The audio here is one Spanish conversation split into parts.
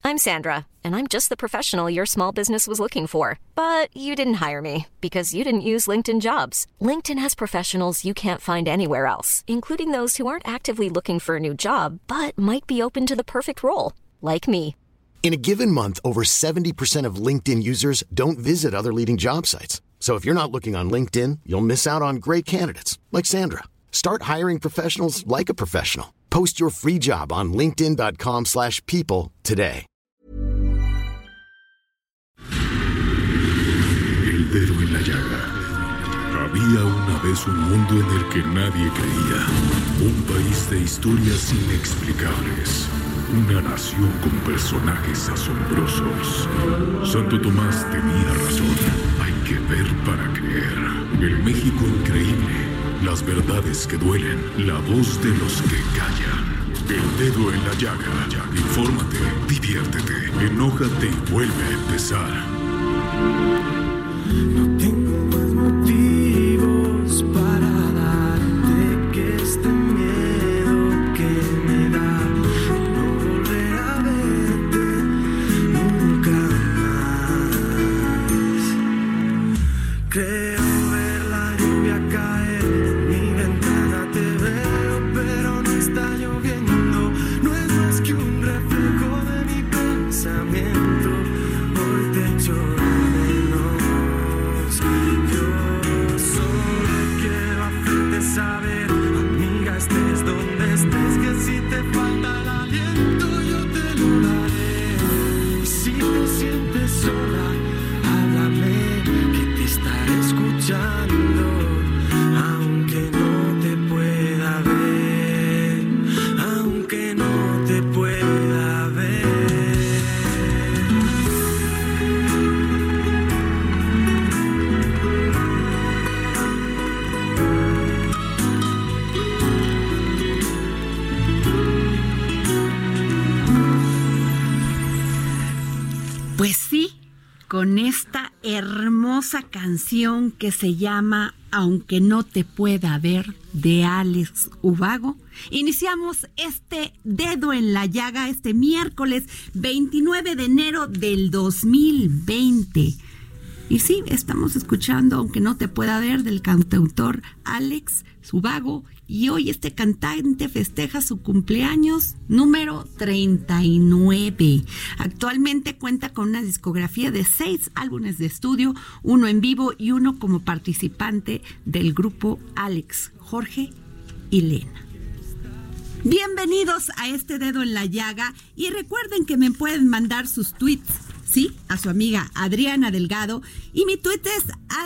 I'm Sandra, and I'm just the professional your small business was looking for. But you didn't hire me because you didn't use LinkedIn Jobs. LinkedIn has professionals you can't find anywhere else, including those who aren't actively looking for a new job, but might be open to the perfect role, like me. In a given month, over 70% of LinkedIn users don't visit other leading job sites. So if you're not looking on LinkedIn, you'll miss out on great candidates like Sandra. Start hiring professionals like a professional. Post your free job on linkedin.com/people today. El dedo en la llaga. Había una vez un mundo en el que nadie creía. Un país de historias inexplicables. Una nación con personajes asombrosos. Santo Tomás tenía razón. Hay que ver para creer. El México increíble. Las verdades que duelen. La voz de los que callan. El dedo en la llaga. Infórmate, diviértete, enójate y vuelve a empezar. No tengo más motivos para darte que este miedo que me da de no volver a verte nunca más. Creo ver la lluvia caer en mi ventana, te veo pero no está lloviendo, no es más que un reflejo de mi pensamiento. Hoy te echo de menos. Yo solo quiero hacerte saber, amiga, estés donde estés, que si te falta el aliento yo te lo daré. Y si te sientes sola, háblame, que te estaré escuchando, aunque no te pueda ver, aunque no te pueda ver. Pues sí, con esta hermosa canción que se llama Aunque no te pueda ver, de Alex Ubago, iniciamos este dedo en la llaga este miércoles 29 de enero del 2020. Y sí, estamos escuchando Aunque no te pueda ver, del cantautor Alex Ubago, y hoy este cantante festeja su cumpleaños número 39. Actualmente cuenta con una discografía de 6 álbumes de estudio, 1 en vivo y 1 como participante del grupo Alex, Jorge y Lena. Bienvenidos a este dedo en la llaga, y recuerden que me pueden mandar sus tweets, sí, a su amiga Adriana Delgado, y mi tweet es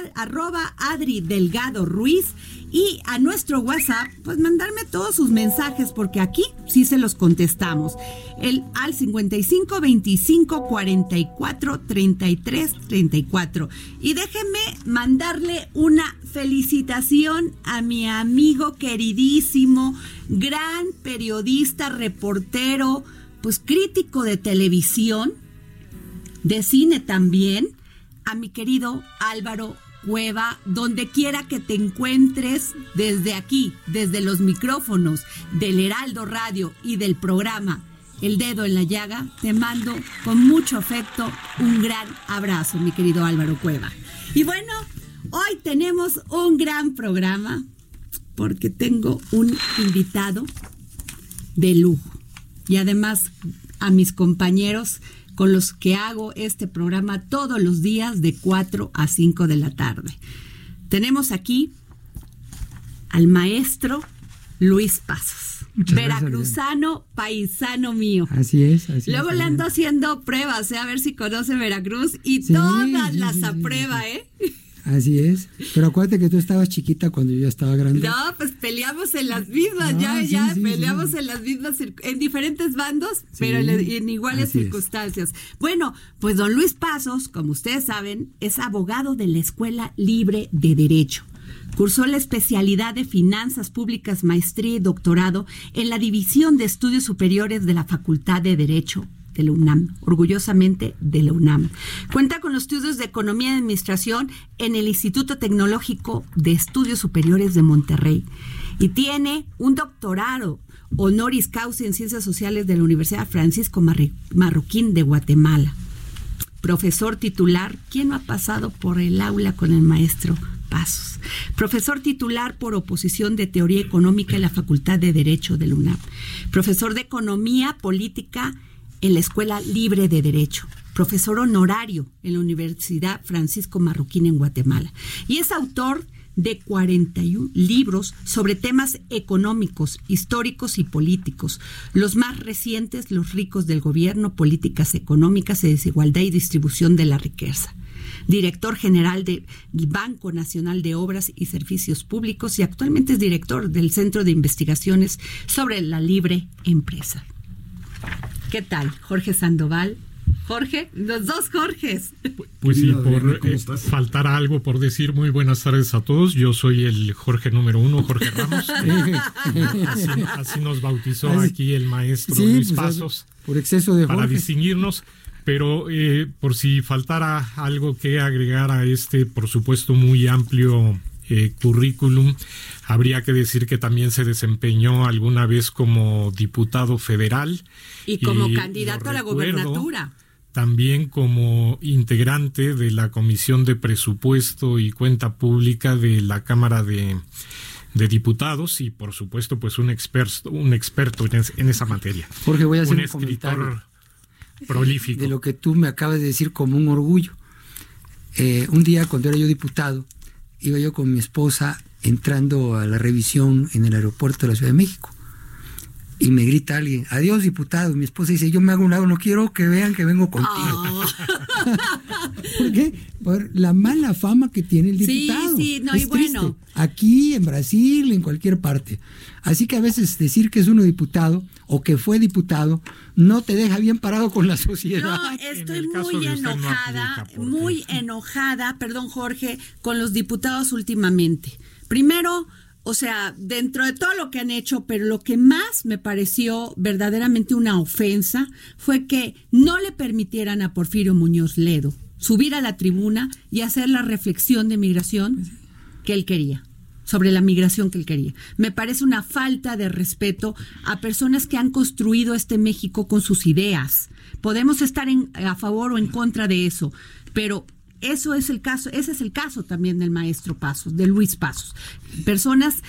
@AdriDelgadoRuiz, y a nuestro WhatsApp, pues mandarme todos sus mensajes, porque aquí sí se los contestamos. Al 55 25 44 33 34. Y déjenme mandarle una felicitación a mi amigo queridísimo, gran periodista, reportero, pues crítico de televisión, de cine también, a mi querido Álvaro Cueva, donde quiera que te encuentres, desde aquí, desde los micrófonos del Heraldo Radio y del programa El Dedo en la Llaga, te mando con mucho afecto un gran abrazo, mi querido Álvaro Cueva. Y bueno, hoy tenemos un gran programa, porque tengo un invitado de lujo, y además a mis compañeros con los que hago este programa todos los días de 4 a 5 de la tarde. Tenemos aquí al maestro Luis Pasos, veracruzano, paisano mío. Así es. Luego le ando haciendo pruebas, a ver si conoce Veracruz, y sí, todas las aprueba, ¿eh? Así es. Pero acuérdate que tú estabas chiquita cuando yo ya estaba grande. No, pues peleamos en las mismas, peleamos en las mismas, en diferentes bandos, pero en iguales circunstancias. Bueno, pues don Luis Pasos, como ustedes saben, es abogado de la Escuela Libre de Derecho. Cursó la especialidad de Finanzas Públicas, maestría y doctorado en la División de Estudios Superiores de la Facultad de Derecho de la UNAM, orgullosamente de la UNAM. Cuenta con los estudios de Economía y Administración en el Instituto Tecnológico de Estudios Superiores de Monterrey y tiene un doctorado honoris causa en Ciencias Sociales de la Universidad Francisco Marroquín de Guatemala. Profesor titular, ¿quién no ha pasado por el aula con el maestro Pasos? Profesor titular por oposición de Teoría Económica en la Facultad de Derecho de la UNAM. Profesor de Economía Política en la Escuela Libre de Derecho. Profesor honorario en la Universidad Francisco Marroquín en Guatemala. Y es autor de 41 libros sobre temas económicos, históricos y políticos. Los más recientes, Los ricos del gobierno, políticas económicas de desigualdad y distribución de la riqueza. Director general del Banco Nacional de Obras y Servicios Públicos y actualmente es director del Centro de Investigaciones sobre la Libre Empresa. ¿Qué tal, Jorge Sandoval? Jorge, los dos Jorges. Pues sí, por faltar algo por decir, muy buenas tardes a todos. Yo soy el Jorge número 1, Jorge Ramos. Así nos bautizó aquí el maestro Luis Pasos. Por exceso de para Jorge. Distinguirnos. Pero por si faltara algo que agregar a este, por supuesto, muy amplio currículum, habría que decir que también se desempeñó alguna vez como diputado federal. Y como candidato a la gobernatura. También como integrante de la Comisión de Presupuesto y Cuenta Pública de la Cámara de Diputados y, por supuesto, pues un experto en esa materia. Jorge, voy a hacer un un escritor comentario prolífico. de lo que tú me acabas de decir como un orgullo. Un día, cuando era yo diputado, iba yo con mi esposa entrando a la revisión en el aeropuerto de la Ciudad de México. Y me grita alguien, adiós diputado. Mi esposa dice, yo me hago un lado, no quiero que vean que vengo contigo. Oh. ¿Por qué? Por la mala fama que tiene el diputado. Sí, no, es y bueno. triste. Aquí, en Brasil, en cualquier parte. Así que a veces decir que es uno diputado o que fue diputado no te deja bien parado con la sociedad. No, estoy muy enojada, perdón Jorge, con los diputados últimamente. Primero, o sea, dentro de todo lo que han hecho, pero lo que más me pareció verdaderamente una ofensa fue que no le permitieran a Porfirio Muñoz Ledo subir a la tribuna y hacer la reflexión de migración que él quería, sobre la migración que él quería. Me parece una falta de respeto a personas que han construido este México con sus ideas. Podemos estar a favor o en contra de eso, pero ese es el caso también del maestro Pasos, de Luis Pasos. Personas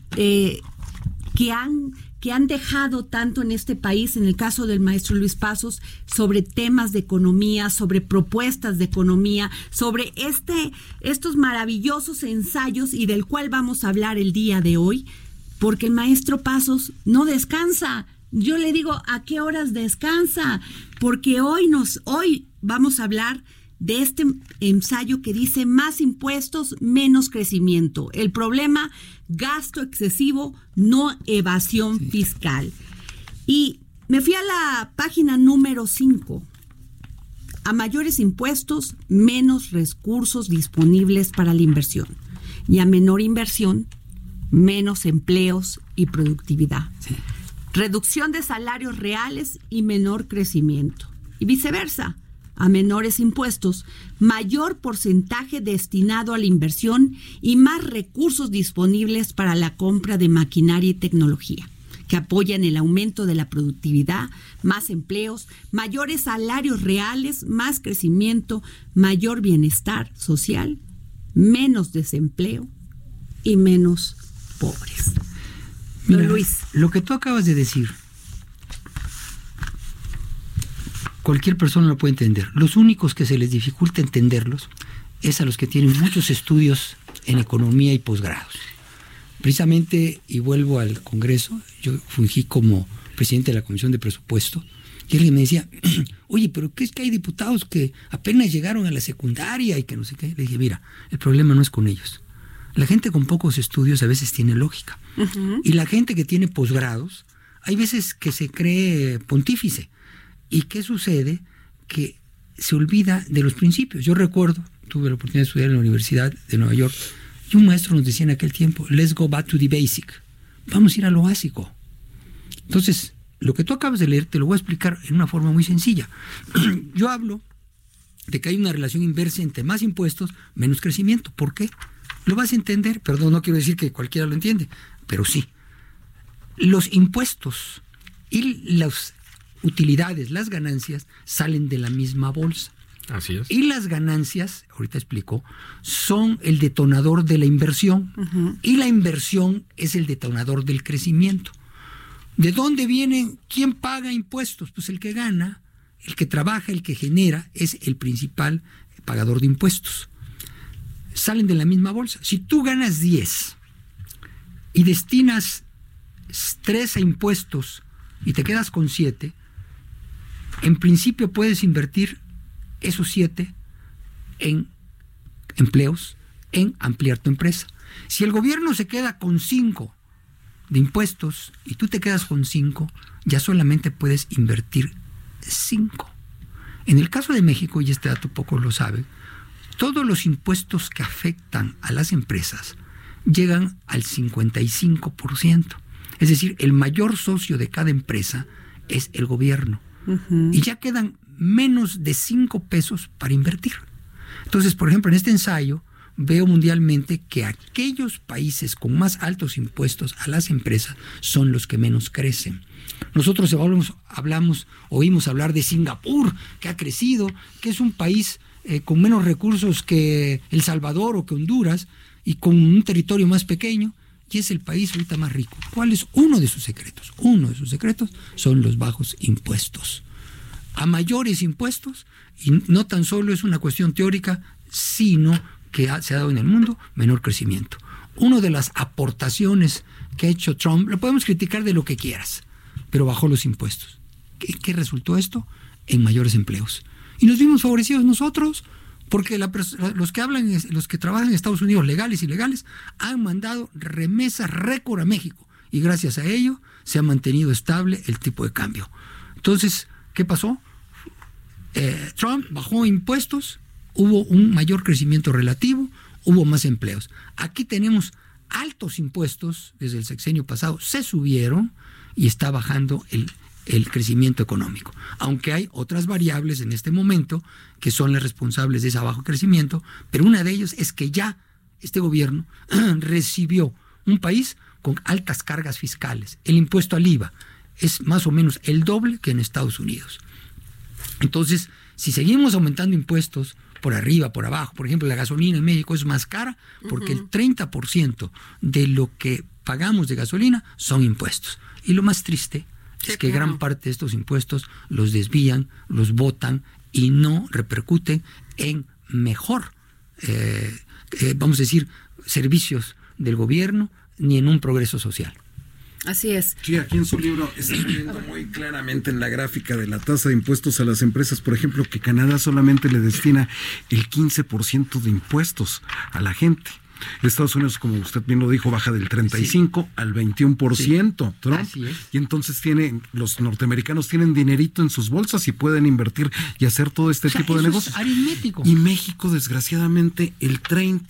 que han dejado tanto en este país, en el caso del maestro Luis Pasos, sobre temas de economía, sobre propuestas de economía, sobre estos maravillosos ensayos y del cual vamos a hablar el día de hoy, porque el maestro Pasos no descansa. Yo le digo, ¿a qué horas descansa? Porque hoy vamos a hablar de este ensayo que dice más impuestos, menos crecimiento. El problema, gasto excesivo, no evasión fiscal. Y me fui a la página número 5. A mayores impuestos, menos recursos disponibles para la inversión. Y a menor inversión, menos empleos y productividad. Sí. Reducción de salarios reales y menor crecimiento. Y viceversa. A menores impuestos, mayor porcentaje destinado a la inversión y más recursos disponibles para la compra de maquinaria y tecnología, que apoyan el aumento de la productividad, más empleos, mayores salarios reales, más crecimiento, mayor bienestar social, menos desempleo y menos pobres. Mira, Luis. Lo que tú acabas de decir, cualquier persona lo puede entender. Los únicos que se les dificulta entenderlos es a los que tienen muchos estudios en economía y posgrados. Precisamente, y vuelvo al Congreso, yo fungí como presidente de la Comisión de Presupuesto, y alguien me decía, oye, pero ¿qué es que hay diputados que apenas llegaron a la secundaria y que no sé qué? Le dije, mira, el problema no es con ellos. La gente con pocos estudios a veces tiene lógica. Uh-huh. Y la gente que tiene posgrados, hay veces que se cree pontífice. ¿Y qué sucede? Que se olvida de los principios. Yo recuerdo, tuve la oportunidad de estudiar en la Universidad de Nueva York, y un maestro nos decía en aquel tiempo, let's go back to the basic. Vamos a ir a lo básico. Entonces, lo que tú acabas de leer te lo voy a explicar en una forma muy sencilla. Yo hablo de que hay una relación inversa entre más impuestos, menos crecimiento. ¿Por qué? Lo vas a entender, perdón, no quiero decir que cualquiera lo entiende, pero sí. Los impuestos y las utilidades, las ganancias, salen de la misma bolsa. Así es. Y las ganancias, ahorita explico, son el detonador de la inversión. Y la inversión es el detonador del crecimiento. ¿De dónde vienen? ¿Quién paga impuestos? Pues el que gana, el que trabaja, el que genera, es el principal pagador de impuestos. Salen de la misma bolsa. Si tú ganas 10 y destinas 3 a impuestos y te quedas con 7, en principio puedes invertir esos 7 en empleos, en ampliar tu empresa. Si el gobierno se queda con 5 de impuestos y tú te quedas con 5, ya solamente puedes invertir 5. En el caso de México, y este dato pocos lo saben, todos los impuestos que afectan a las empresas llegan al 55%. Es decir, el mayor socio de cada empresa es el gobierno. Y ya quedan menos de 5 pesos para invertir. Entonces, por ejemplo, en este ensayo veo mundialmente que aquellos países con más altos impuestos a las empresas son los que menos crecen. Nosotros oímos hablar de Singapur, que ha crecido, que es un país con menos recursos que El Salvador o que Honduras y con un territorio más pequeño, y es el país ahorita más rico. ¿Cuál es uno de sus secretos? Uno de sus secretos son los bajos impuestos. A mayores impuestos, y no tan solo es una cuestión teórica, sino que se ha dado en el mundo menor crecimiento. Una de las aportaciones que ha hecho Trump, lo podemos criticar de lo que quieras, pero bajó los impuestos. ¿Qué resultó esto? En mayores empleos. Y nos vimos favorecidos nosotros, porque los que trabajan en Estados Unidos, legales y ilegales, han mandado remesas récord a México. Y gracias a ello se ha mantenido estable el tipo de cambio. Entonces, ¿qué pasó? Trump bajó impuestos, hubo un mayor crecimiento relativo, hubo más empleos. Aquí tenemos altos impuestos, desde el sexenio pasado se subieron y está bajando el crecimiento económico. Aunque hay otras variables en este momento que son las responsables de ese bajo crecimiento, pero una de ellas es que ya este gobierno recibió un país con altas cargas fiscales. El impuesto al IVA es más o menos el doble que en Estados Unidos. Entonces, si seguimos aumentando impuestos por arriba, por abajo, por ejemplo, la gasolina en México es más cara porque el 30% de lo que pagamos de gasolina son impuestos. Y lo más triste es que gran parte de estos impuestos los desvían, los botan y no repercuten en mejor, vamos a decir, servicios del gobierno ni en un progreso social. Así es. Sí, aquí en su libro está viendo muy claramente en la gráfica de la tasa de impuestos a las empresas, por ejemplo, que Canadá solamente le destina el 15% de impuestos a la gente. Estados Unidos, como usted bien lo dijo, baja del 35 al 21%, Trump. Así es. Y entonces los norteamericanos tienen dinerito en sus bolsas y pueden invertir y hacer todo este tipo de negocios. Es aritmético. Y México, desgraciadamente, el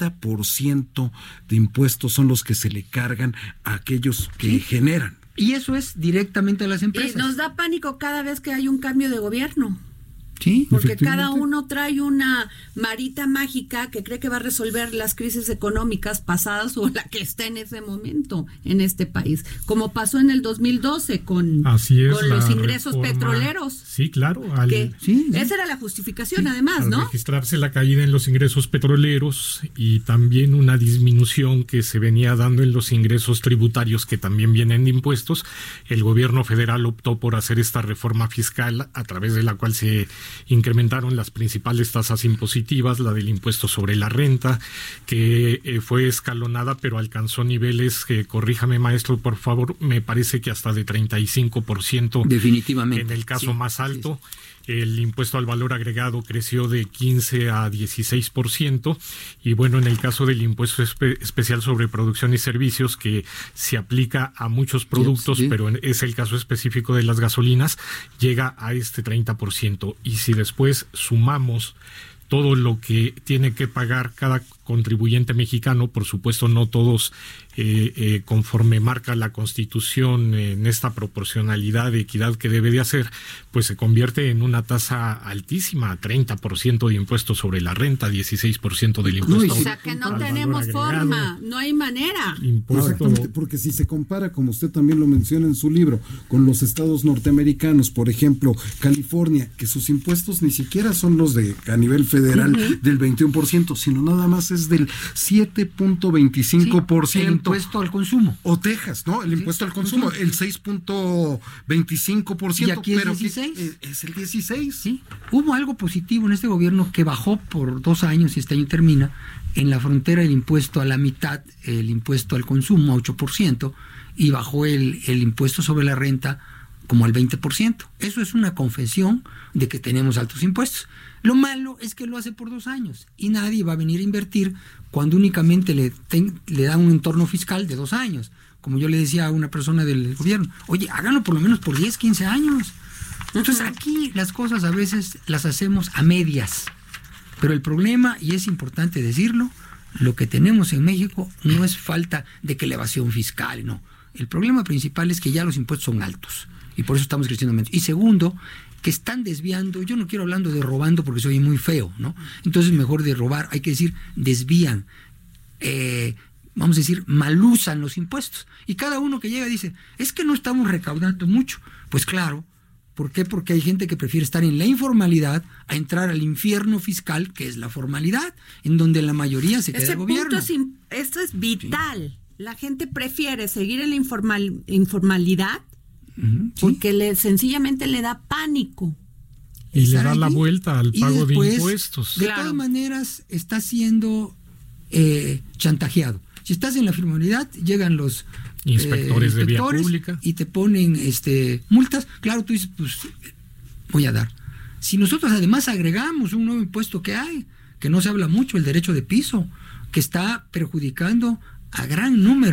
30% de impuestos son los que se le cargan a aquellos que generan. Y eso es directamente a las empresas. Y nos da pánico cada vez que hay un cambio de gobierno. Sí, porque cada uno trae una marita mágica que cree que va a resolver las crisis económicas pasadas o la que está en ese momento en este país, como pasó en el 2012 con los ingresos petroleros. Sí, claro. Esa era la justificación, además, al ¿no? Registrarse la caída en los ingresos petroleros y también una disminución que se venía dando en los ingresos tributarios que también vienen de impuestos, el gobierno federal optó por hacer esta reforma fiscal a través de la cual se incrementaron las principales tasas impositivas, la del impuesto sobre la renta, que fue escalonada, pero alcanzó niveles, corríjame maestro, por favor, me parece que hasta de 35%. Definitivamente. En el caso más alto. El impuesto al valor agregado creció de 15 a 16%. Y bueno, en el caso del impuesto especial sobre producción y servicios, que se aplica a muchos productos, pero es el caso específico de las gasolinas, llega a este 30%. Y si después sumamos todo lo que tiene que pagar cada contribuyente mexicano, por supuesto no todos conforme marca la Constitución en esta proporcionalidad de equidad que debe de hacer, pues se convierte en una tasa altísima, 30% de impuestos sobre la renta, 16% del impuesto. O sea que no tenemos forma, no hay manera. Exactamente, porque si se compara, como usted también lo menciona en su libro, con los estados norteamericanos, por ejemplo, California, que sus impuestos ni siquiera son los de a nivel federal del 21%, sino nada más es del 7.25%. El impuesto al consumo. O Texas, ¿no? El impuesto al consumo, el 6.25%. ¿Y aquí es pero 16? Es el 16. Sí. Hubo algo positivo en este gobierno que bajó por 2 años, y este año termina, en la frontera el impuesto a la mitad, el impuesto al consumo a 8%, y bajó el impuesto sobre la renta como al 20%. Eso es una confesión de que tenemos altos impuestos. Lo malo es que lo hace por 2 años y nadie va a venir a invertir cuando únicamente le da un entorno fiscal de 2 años. Como yo le decía a una persona del gobierno, oye, háganlo por lo menos por 10, 15 años. Entonces aquí las cosas a veces las hacemos a medias. Pero el problema, y es importante decirlo, lo que tenemos en México no es falta de que la evasión fiscal, no. El problema principal es que ya los impuestos son altos y por eso estamos creciendo menos. Y segundo, que están desviando, yo no quiero hablando de robando porque se oye muy feo, ¿no? Entonces mejor de robar, hay que decir desvían, vamos a decir, malusan los impuestos. Y cada uno que llega dice, es que no estamos recaudando mucho. Pues claro, ¿por qué? Porque hay gente que prefiere estar en la informalidad a entrar al infierno fiscal, que es la formalidad, en donde la mayoría se queda el gobierno. Esto es vital. Sí. La gente prefiere seguir en la informalidad porque sencillamente le da pánico. Y le da la vuelta al pago de impuestos. De todas maneras, está siendo chantajeado. Si estás en la formalidad, llegan los inspectores de vía pública y te ponen multas. Claro, tú dices, pues voy a dar. Si nosotros además agregamos un nuevo impuesto que hay, que no se habla mucho, el derecho de piso, que está perjudicando a gran número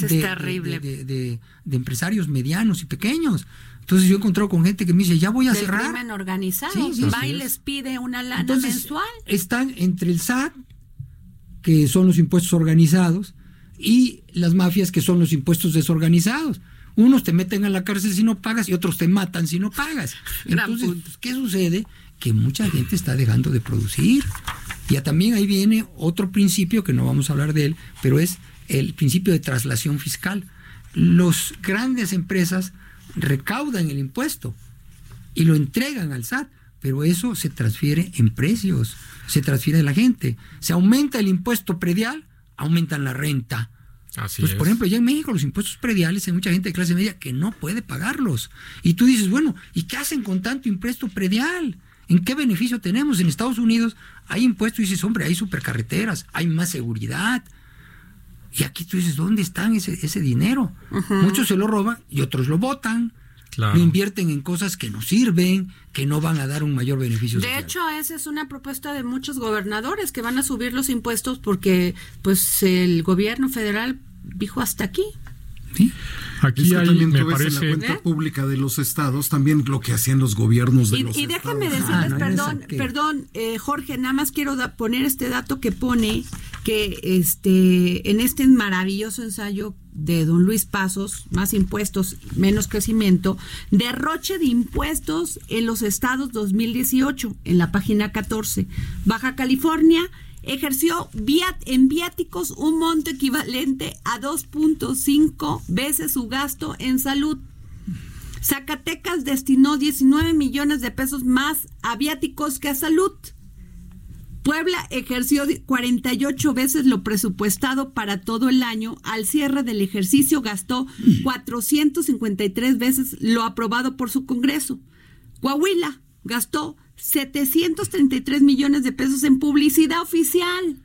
de empresarios medianos y pequeños. Entonces yo he encontrado con gente que me dice, ya voy a cerrar. Del crimen organizado. Va y les pide una lana mensual. Están entre el SAT, que son los impuestos organizados, y las mafias, que son los impuestos desorganizados. Unos te meten a la cárcel si no pagas y otros te matan si no pagas. Entonces, ¿qué sucede? Que mucha gente está dejando de producir. Y también ahí viene otro principio, que no vamos a hablar de él, pero es el principio de traslación fiscal. Las grandes empresas recaudan el impuesto y lo entregan al SAT, pero eso se transfiere en precios, se transfiere a la gente. Se aumenta el impuesto predial, aumentan la renta. Así pues, por ejemplo, ya en México los impuestos prediales hay mucha gente de clase media que no puede pagarlos. Y tú dices, bueno, ¿y qué hacen con tanto impuesto predial? ¿En qué beneficio tenemos? En Estados Unidos hay impuestos y dices, hombre, hay supercarreteras, hay más seguridad. Y aquí tú dices, ¿dónde está ese dinero? Muchos se lo roban y otros lo botan. Claro. Lo invierten en cosas que no sirven, que no van a dar un mayor beneficio social. De hecho, esa es una propuesta de muchos gobernadores, que van a subir los impuestos porque pues el gobierno federal dijo hasta aquí. ¿Sí? Aquí hay, también me parece, parece, en la cuenta pública de los estados, también lo que hacían los gobiernos de los estados. Déjenme decirles, perdón, Jorge, nada más quiero poner este dato que pone que en este maravilloso ensayo de don Luis Pasos, Más impuestos, menos crecimiento, derroche de impuestos en los estados 2018, en la página 14. Baja California ejerció en viáticos un monto equivalente a 2.5 veces su gasto en salud. Zacatecas destinó 19 millones de pesos más a viáticos que a salud. Puebla ejerció 48 veces lo presupuestado para todo el año. Al cierre del ejercicio gastó 453 veces lo aprobado por su Congreso. Coahuila gastó 733 millones de pesos en publicidad oficial,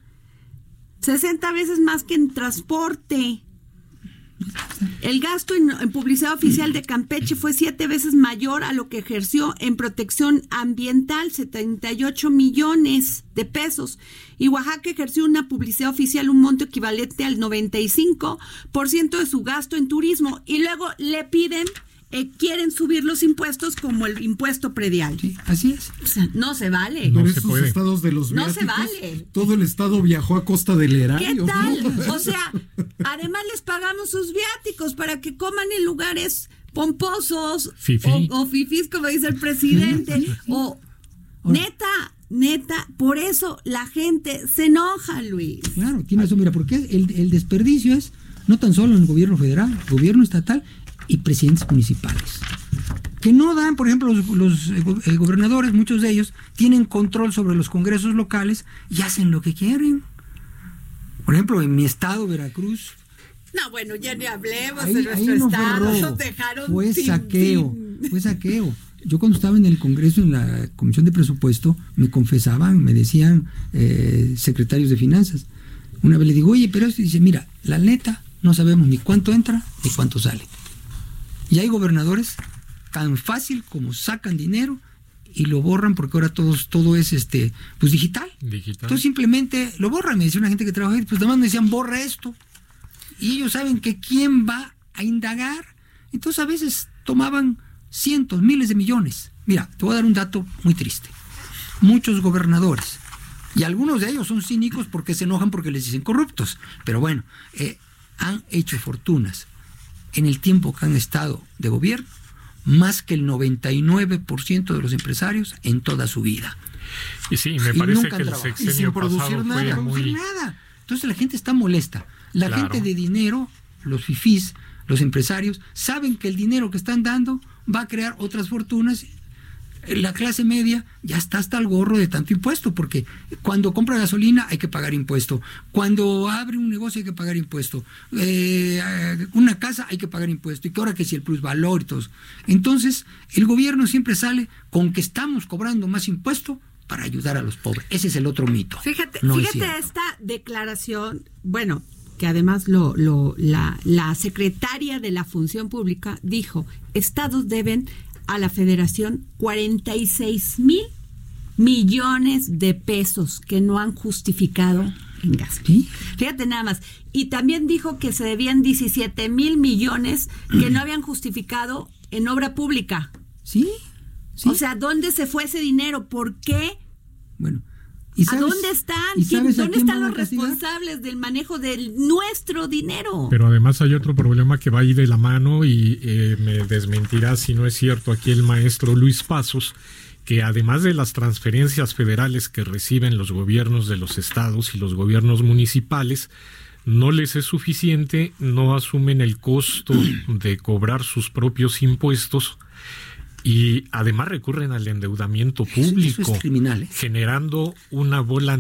60 veces más que en transporte. El gasto en publicidad oficial de Campeche fue 7 veces mayor a lo que ejerció en protección ambiental, 78 millones de pesos. Y Oaxaca ejerció una publicidad oficial, un monto equivalente al 95% de su gasto en turismo. Y luego le piden quieren subir los impuestos como el impuesto predial. Sí, así es. O sea, no se vale. Pero No se esos puede. estados de los No viáticos, se vale. todo el estado viajó a costa del erario. ¿Qué tal? ¿no? O sea, además les pagamos sus viáticos para que coman en lugares pomposos Fifí. o fifís, como dice el presidente, o neta, por eso la gente se enoja, Luis. Claro, tiene eso. Mira, porque el desperdicio es no tan solo en el gobierno federal, gobierno estatal y presidentes municipales. Que no dan, por ejemplo, los gobernadores, muchos de ellos, tienen control sobre los congresos locales y hacen lo que quieren. Por ejemplo, en mi estado, Veracruz, No, bueno, ya ni hablemos ahí de nuestro no fue estado. robo, Nos dejaron fue sin- saqueo, sin- fue saqueo. Yo cuando estaba en el Congreso, en la Comisión de Presupuesto, me confesaban, me decían secretarios de Finanzas. Una vez le digo, oye, pero esto, dice, mira, la neta, no sabemos ni cuánto entra ni cuánto sale. Y hay gobernadores tan fácil como sacan dinero y lo borran porque ahora todo es pues digital. Entonces simplemente lo borran. Me decía una gente que trabaja ahí, pues nada más me decían, borra esto. Y ellos saben que quién va a indagar. Entonces a veces tomaban cientos, miles de millones. Mira, te voy a dar un dato muy triste. Muchos gobernadores, y algunos de ellos son cínicos porque se enojan porque les dicen corruptos, pero bueno, han hecho fortunas en el tiempo que han estado de gobierno, más que el 99% de los empresarios en toda su vida. Y sí, me Y parece nunca que el han trabajado. sexenio Y sin producir pasado nada, fue sin muy... Nada. Entonces la gente está molesta. La Claro. gente de dinero, los fifís, los empresarios, saben que el dinero que están dando va a crear otras fortunas. La clase media ya está hasta el gorro de tanto impuesto, porque cuando compra gasolina hay que pagar impuesto, cuando abre un negocio hay que pagar impuesto, una casa hay que pagar impuesto, y que ahora que si el plusvalor y todo eso. Entonces el gobierno siempre sale con que estamos cobrando más impuesto para ayudar a los pobres. Ese es el otro mito. Fíjate No es cierto. esta declaración, bueno, que además la secretaria de la Función Pública dijo, estados deben a la Federación 46,000 millones de pesos que no han justificado en gasto. ¿Sí? Fíjate nada más. Y también dijo que se debían 17,000 millones que no habían justificado en obra pública. ¿Sí? ¿Sí? O sea, ¿dónde se fue ese dinero? ¿Por qué? Bueno, ¿y sabes, ¿A dónde están? ¿y sabes a ¿Dónde quién están van a los castigar? responsables del manejo de nuestro dinero? Pero además hay otro problema que va ahí de la mano y me desmentirá si no es cierto aquí el maestro Luis Pasos, que además de las transferencias federales que reciben los gobiernos de los estados y los gobiernos municipales, no les es suficiente, no asumen el costo de cobrar sus propios impuestos y además recurren al endeudamiento público, eso es criminal, ¿eh? generando una bola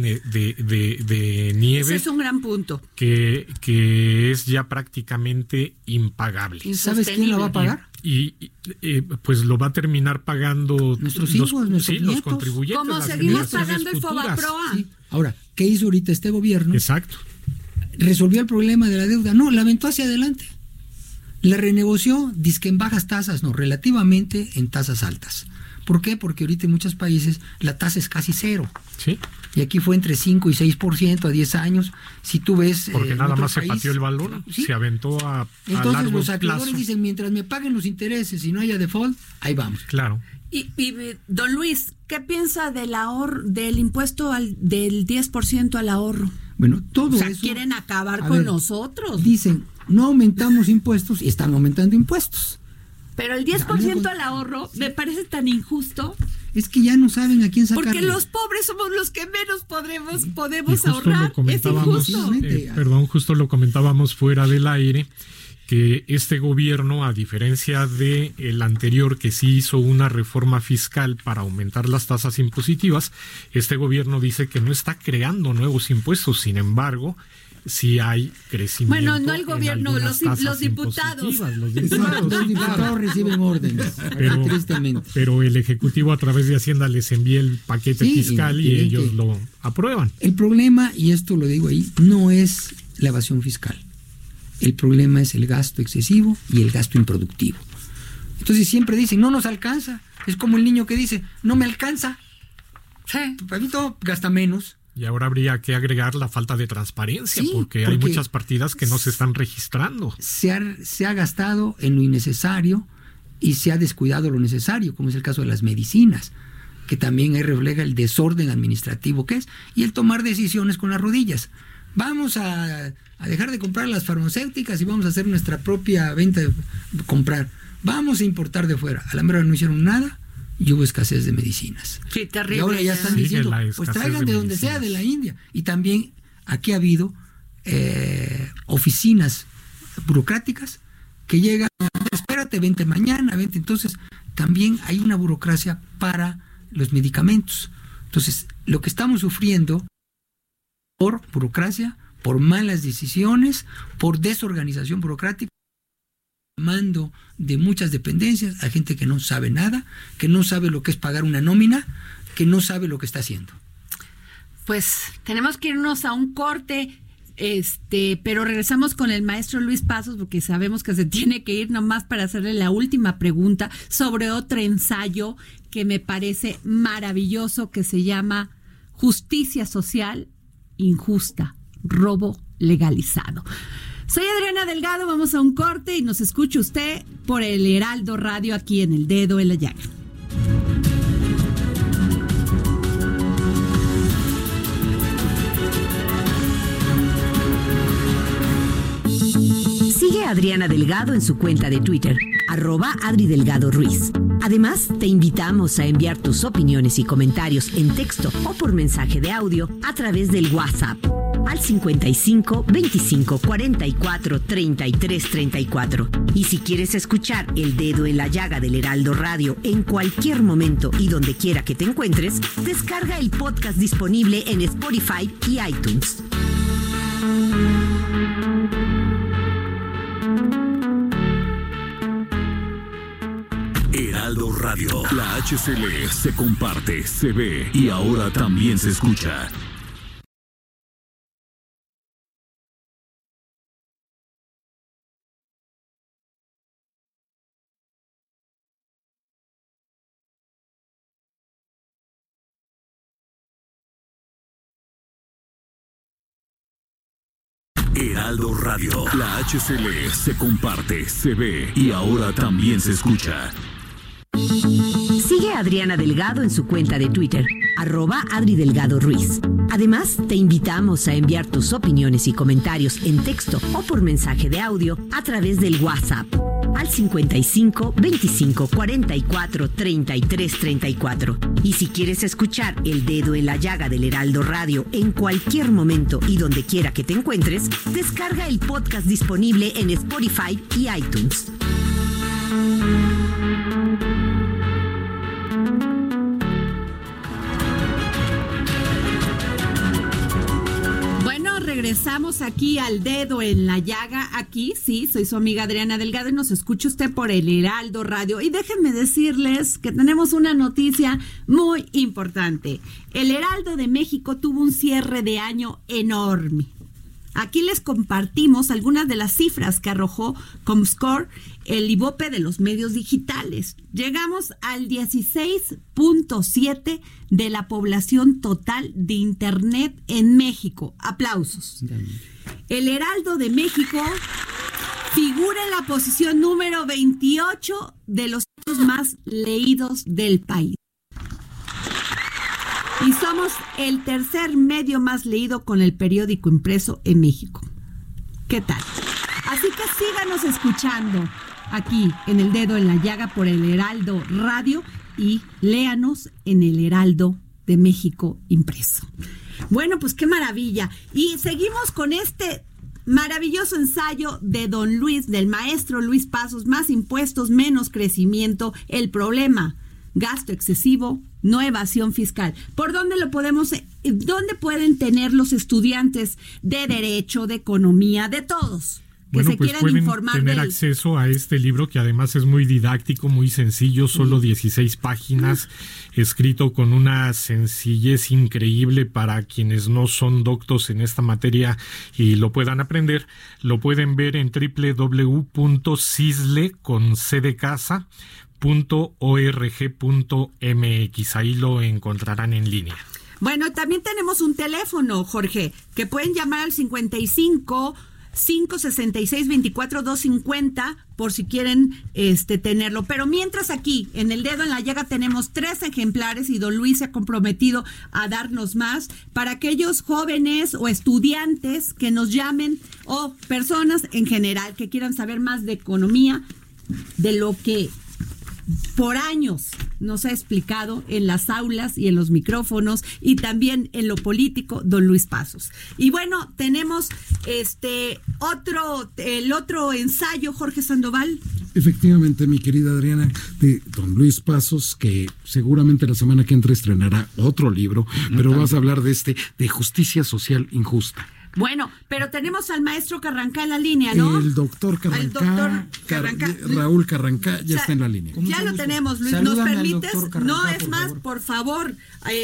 de nieve. Ese es un gran punto. Que es ya prácticamente impagable. ¿Sabes quién la va a pagar? Y pues lo va a terminar pagando Nuestros hijos, nuestros los nietos. contribuyentes. Como las seguimos generaciones pagando el futuras. Fobaproa. Sí. Ahora, ¿qué hizo ahorita este gobierno? Exacto. ¿Resolvió el problema de la deuda? No, la aventó hacia adelante. La renegoció, dizque en bajas tasas, no, relativamente en tasas altas. ¿Por qué? Porque ahorita en muchos países la tasa es casi cero. Sí. Y aquí fue entre 5 y 6% a 10 años. Si tú ves... Porque en nada otro más país, se pateó el balón, ¿sí? se aventó a Entonces largo los acreedores plazo. dicen, mientras me paguen los intereses y no haya default, ahí vamos. Claro. Y don Luis, ¿qué piensa del impuesto del 10% al ahorro? Bueno, todo O sea, eso... quieren acabar A con ver, nosotros. Dicen, no aumentamos impuestos y están aumentando impuestos. Pero el 10% al ahorro me parece tan injusto Es que ya no saben a quién sacarle. porque los pobres somos los que menos Y podemos justo ahorrar. lo Es comentábamos, injusto. justo lo comentábamos fuera del aire, que este gobierno, a diferencia de el anterior que sí hizo una reforma fiscal para aumentar las tasas impositivas, este gobierno dice que no está creando nuevos impuestos, sin embargo, sí hay crecimiento. Bueno, no el gobierno, en algunas los tasas diputados. impositivas, los Los diputados. diputados reciben órdenes, Pero, tristemente. pero el Ejecutivo a través de Hacienda les envía el paquete Sí, fiscal y tienen ellos que- lo aprueban. El problema, y esto lo digo ahí, no es la evasión fiscal. El problema es el gasto excesivo y el gasto improductivo. Entonces siempre dicen, no nos alcanza. Es como el niño que dice, no me alcanza. Sí. Papito, gasta menos. Y ahora habría que agregar la falta de transparencia, Sí, porque hay porque muchas partidas que no se están registrando. Se ha gastado en lo innecesario y se ha descuidado lo necesario, como es el caso de las medicinas, que también ahí refleja el desorden administrativo que es, y el tomar decisiones con las rodillas. Vamos a dejar de comprar las farmacéuticas y vamos a hacer nuestra propia venta de comprar. Vamos a importar de fuera. A la mera no hicieron nada y hubo escasez de medicinas. Sí, terrible. Y ahora ya están diciendo, pues traigan de donde sea, de la India. Y también aquí ha habido oficinas burocráticas que llegan, espérate, vente mañana, vente. Entonces, también hay una burocracia para los medicamentos. Entonces, lo que estamos sufriendo por burocracia, por malas decisiones, por desorganización burocrática, mando de muchas dependencias a gente que no sabe nada, que no sabe lo que es pagar una nómina, que no sabe lo que está haciendo. Pues tenemos que irnos a un corte, pero regresamos con el maestro Luis Pasos porque sabemos que se tiene que ir, nomás para hacerle la última pregunta sobre otro ensayo que me parece maravilloso, que se llama Justicia Social Injusta, robo legalizado. Soy Adriana Delgado, vamos a un corte y nos escucha usted por el Heraldo Radio aquí en El Dedo en la Llaga. Sigue a Adriana Delgado en su cuenta de Twitter, @AdriDelgadoRuiz. Además, te invitamos a enviar tus opiniones y comentarios en texto o por mensaje de audio a través del WhatsApp al 55 25 44 33 34. Y si quieres escuchar El Dedo en la Llaga del Heraldo Radio en cualquier momento y donde quiera que te encuentres, descarga el podcast disponible en Spotify y iTunes. Heraldo Radio. La HCL se comparte, se ve y ahora también se escucha. Heraldo Radio. La HCL se comparte, se ve y ahora también se escucha. Sigue a Adriana Delgado en su cuenta de Twitter, @AdriDelgadoRuiz. Además, te invitamos a enviar tus opiniones y comentarios en texto o por mensaje de audio a través del WhatsApp al 55 25 44 33 34. Y si quieres escuchar El Dedo en la Llaga del Heraldo Radio en cualquier momento y donde quiera que te encuentres, descarga el podcast disponible en Spotify y iTunes. Regresamos aquí al Dedo en la Llaga. Aquí, sí, soy su amiga Adriana Delgado y nos escucha usted por el Heraldo Radio. Y déjenme decirles que tenemos una noticia muy importante. El Heraldo de México tuvo un cierre de año enorme. Aquí les compartimos algunas de las cifras que arrojó Comscore, el IVOPE de los medios digitales. Llegamos al 16.7 de la población total de Internet en México. Aplausos. El Heraldo de México figura en la posición número 28 de los más leídos del país. Y somos el tercer medio más leído con el periódico impreso en México. ¿Qué tal? Así que síganos escuchando aquí en El Dedo en la Llaga por el Heraldo Radio y léanos en el Heraldo de México impreso. Bueno, pues qué maravilla. Y seguimos con este maravilloso ensayo de don Luis, del maestro Luis Pasos, más impuestos, menos crecimiento, el problema, gasto excesivo, no evasión fiscal. ¿Por dónde dónde pueden tener los estudiantes de Derecho, de Economía, de todos? Que se quieran pueden informar tener acceso a este libro que además es muy didáctico, muy sencillo, solo 16 páginas, escrito con una sencillez increíble para quienes no son doctos en esta materia y lo puedan aprender. Lo pueden ver en www.cisle.org.mx. Ahí lo encontrarán en línea. Bueno, también tenemos un teléfono, Jorge, que pueden llamar al 55 566-24-250 por si quieren tenerlo. Pero mientras aquí, en el dedo en la llaga, tenemos 3 ejemplares y don Luis se ha comprometido a darnos más para aquellos jóvenes o estudiantes que nos llamen o personas en general que quieran saber más de economía, de lo que por años nos ha explicado en las aulas y en los micrófonos y también en lo político don Luis Pasos. Y bueno, tenemos el otro ensayo, Jorge Sandoval. Efectivamente, mi querida Adriana, de don Luis Pasos, que seguramente la semana que entra estrenará otro libro, pero vas a hablar de justicia social injusta. Bueno, pero tenemos al maestro Carrancá en la línea, ¿no? El doctor Carrancá, Raúl Carrancá, ya está en la línea. Ya lo tenemos, Luis. Salúdame ¿Nos permites? Carrancá, No, es más, por favor,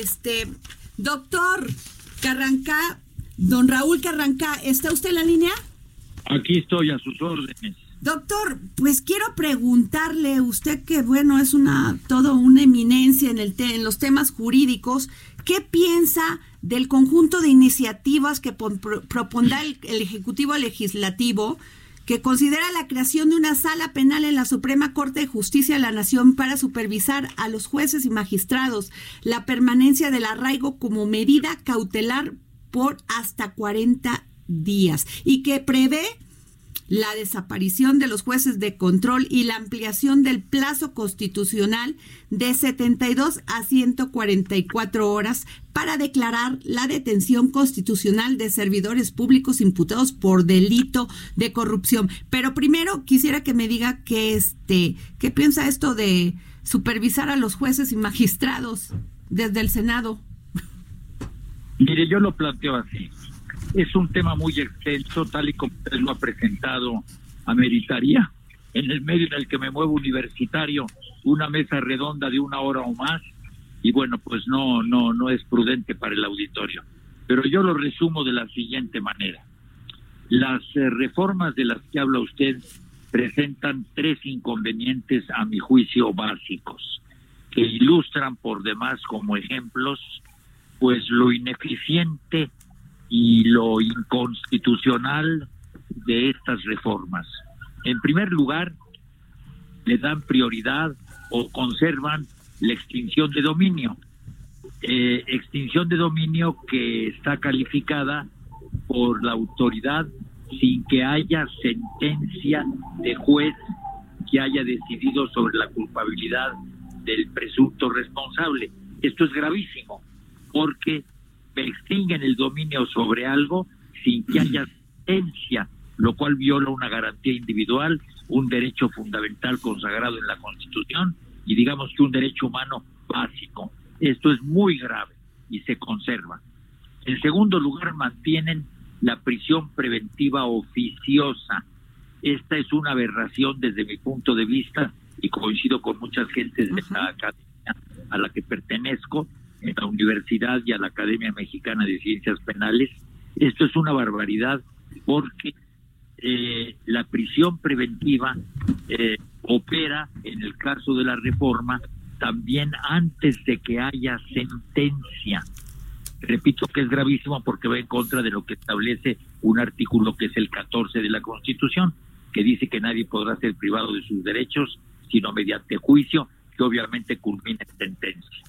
doctor Carrancá, don Raúl Carrancá, ¿está usted en la línea? Aquí estoy a sus órdenes. Doctor, pues quiero preguntarle, usted que bueno, es toda una eminencia en los temas jurídicos, ¿qué piensa del conjunto de iniciativas que propondrá el Ejecutivo Legislativo, que considera la creación de una sala penal en la Suprema Corte de Justicia de la Nación para supervisar a los jueces y magistrados, la permanencia del arraigo como medida cautelar por hasta 40 días y que prevé la desaparición de los jueces de control y la ampliación del plazo constitucional de 72 a 144 horas para declarar la detención constitucional de servidores públicos imputados por delito de corrupción? Pero primero quisiera que me diga qué piensa esto de supervisar a los jueces y magistrados desde el Senado. Mire, yo lo planteo así. Es un tema muy extenso, tal y como usted lo ha presentado, ameritaría, en el medio en el que me muevo universitario, una mesa redonda de 1 hora o más, y bueno, pues no es prudente para el auditorio. Pero yo lo resumo de la siguiente manera. Las reformas de las que habla usted presentan 3 inconvenientes, a mi juicio, básicos, que ilustran por demás como ejemplos, pues lo ineficiente y lo inconstitucional de estas reformas. En primer lugar, le dan prioridad o conservan la extinción de dominio. Extinción de dominio que está calificada por la autoridad sin que haya sentencia de juez que haya decidido sobre la culpabilidad del presunto responsable. Esto es gravísimo, porque extinguen el dominio sobre algo sin que haya sentencia, lo cual viola una garantía individual, un derecho fundamental consagrado en la Constitución y digamos que un derecho humano básico. Esto es muy grave y se conserva. En segundo lugar, mantienen la prisión preventiva oficiosa. Esta es una aberración desde mi punto de vista y coincido con muchas gentes de la academia a la que pertenezco, en la universidad y a la Academia Mexicana de Ciencias Penales. Esto es una barbaridad porque la prisión preventiva opera, en el caso de la reforma, también antes de que haya sentencia. Repito que es gravísimo porque va en contra de lo que establece un artículo que es el 14 de la Constitución, que dice que nadie podrá ser privado de sus derechos sino mediante juicio, que obviamente culmina en sentencia.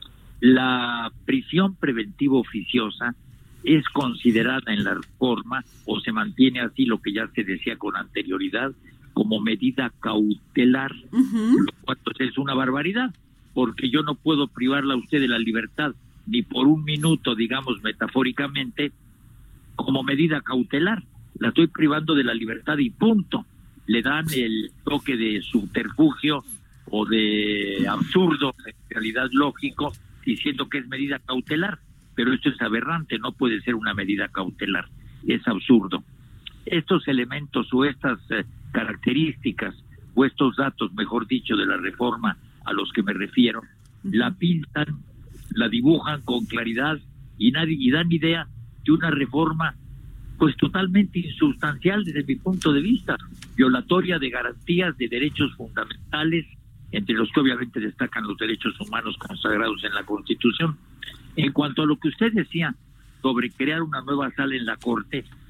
La prisión preventiva oficiosa es considerada en la reforma, o se mantiene así, lo que ya se decía con anterioridad, como medida cautelar, lo cual es una barbaridad, porque yo no puedo privarla a usted de la libertad ni por un minuto, digamos metafóricamente, como medida cautelar. La estoy privando de la libertad y punto. Le dan el toque de subterfugio o de absurdo, en realidad lógico, diciendo que es medida cautelar, pero esto es aberrante, no puede ser una medida cautelar, es absurdo. Estos elementos o estas características o estos datos, mejor dicho, de la reforma a los que me refiero, la pintan, la dibujan con claridad y dan idea de una reforma pues totalmente insustancial desde mi punto de vista, violatoria de garantías de derechos fundamentales, entre los que obviamente destacan los derechos humanos consagrados en la Constitución. En cuanto a lo que usted decía sobre crear una nueva sala en la Corte,